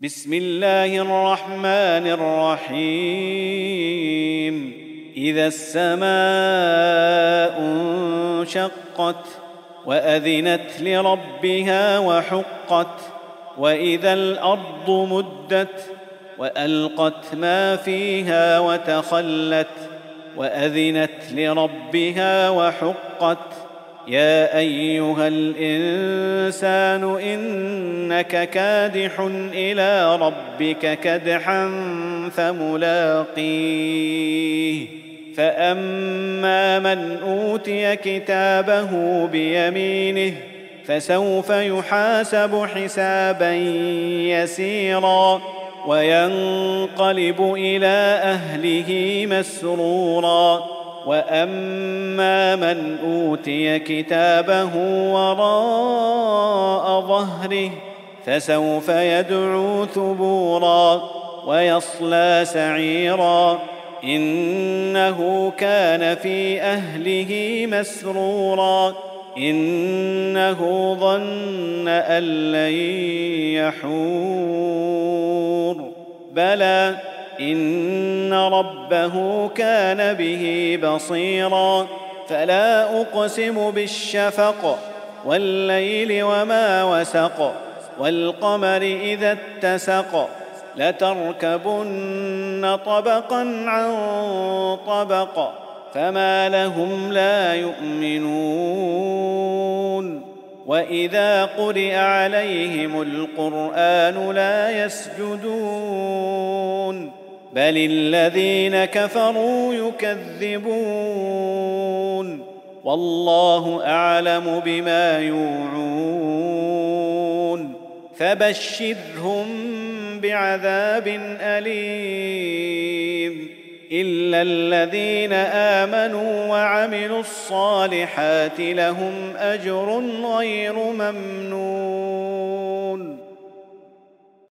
بسم الله الرحمن الرحيم إذا السماء انشقت وأذنت لربها وحقت وإذا الأرض مدت وألقت ما فيها وتخلت وأذنت لربها وحقت يا أيها الإنسان إنك كادح إلى ربك كدحا فملاقيه فأما من أوتي كتابه بيمينه فسوف يحاسب حسابا يسيرا وينقلب إلى أهله مسرورا وأما من أوتي كتابه وراء ظهره فسوف يدعو ثبورا ويصلى سعيرا إنه كان في أهله مسرورا إنه ظن أن لن يحور بلى إن ربه كان به بصيرا فلا أقسم بالشفق والليل وما وسق والقمر إذا اتسق لتركبن طبقا عن طبق فما لهم لا يؤمنون وإذا قرئ عليهم القرآن لا يسجدون بل الذين كفروا يكذبون والله أعلم بما يوعون فبشرهم بعذاب أليم إلا الذين آمنوا وعملوا الصالحات لهم أجر غير ممنون